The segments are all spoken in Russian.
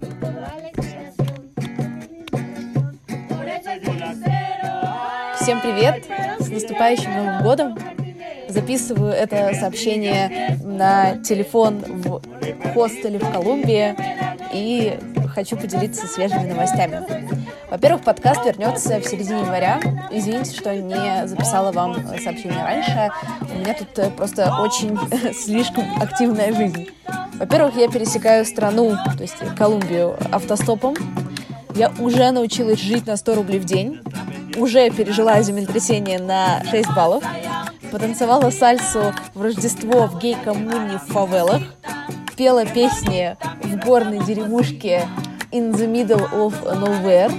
Всем привет! С наступающим Новым годом! Записываю это сообщение на телефон в хостеле в Колумбии и хочу поделиться свежими новостями. Во-первых, подкаст вернется в середине января. Извините, что не записала вам сообщение раньше. У меня тут просто очень слишком активная жизнь. Во-первых, я пересекаю страну, то есть Колумбию, автостопом. Я уже научилась жить на 100 рублей в день. Уже пережила землетрясение на 6 баллов. Потанцевала сальсу в Рождество в гей-коммуне в фавелах. Пела песни в горной деревушке in the middle of nowhere.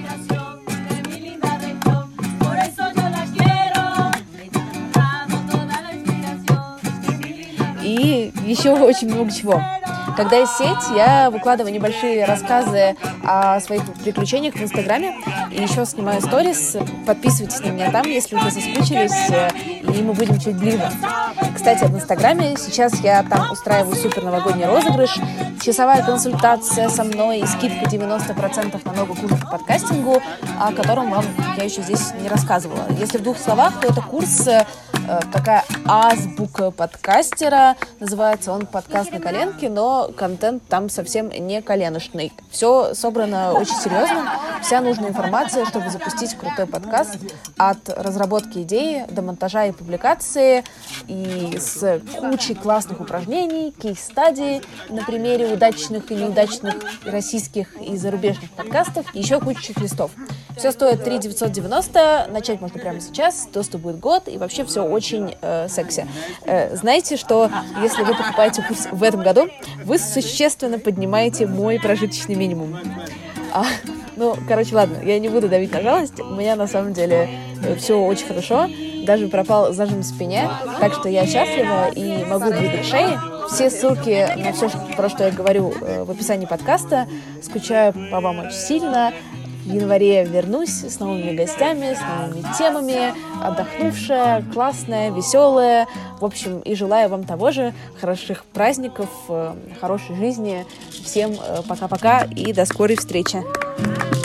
И еще очень много чего. Когда есть сеть, я выкладываю небольшие рассказы о своих приключениях в Инстаграме и еще снимаю сторис. Подписывайтесь на меня там, если уже соскучились, и мы будем чуть ближе. Кстати, в Инстаграме сейчас я там устраиваю супер новогодний розыгрыш, часовая консультация со мной и скидка 90% на новый курс по подкастингу, о котором вам я еще здесь не рассказывала. Если в двух словах, то это курс такая азбука подкастера. Называется он «Подкаст на коленке», но контент там совсем не коленочный. Все собрано очень серьезно. Вся нужная информация, чтобы запустить крутой подкаст, от разработки идеи до монтажа и публикации, и с кучей классных упражнений, кейс-стадий на примере удачных и неудачных и российских и зарубежных подкастов, и еще куча чек-листов. Все стоит 3 990, начать можно прямо сейчас, доступ будет год, и вообще все очень секси. Знаете, что если вы покупаете курс в этом году, вы существенно поднимаете мой прожиточный минимум. Ладно, я не буду давить на жалость, у меня на самом деле все очень хорошо, даже пропал зажим в спине, так что я счастлива и могу двигать шеей. Все ссылки на все, про что я говорю, в описании подкаста. Скучаю по вам очень сильно. В январе вернусь с новыми гостями, с новыми темами, отдохнувшая, классная, веселая. В общем, и желаю вам того же, хороших праздников, хорошей жизни. Всем пока-пока и до скорой встречи.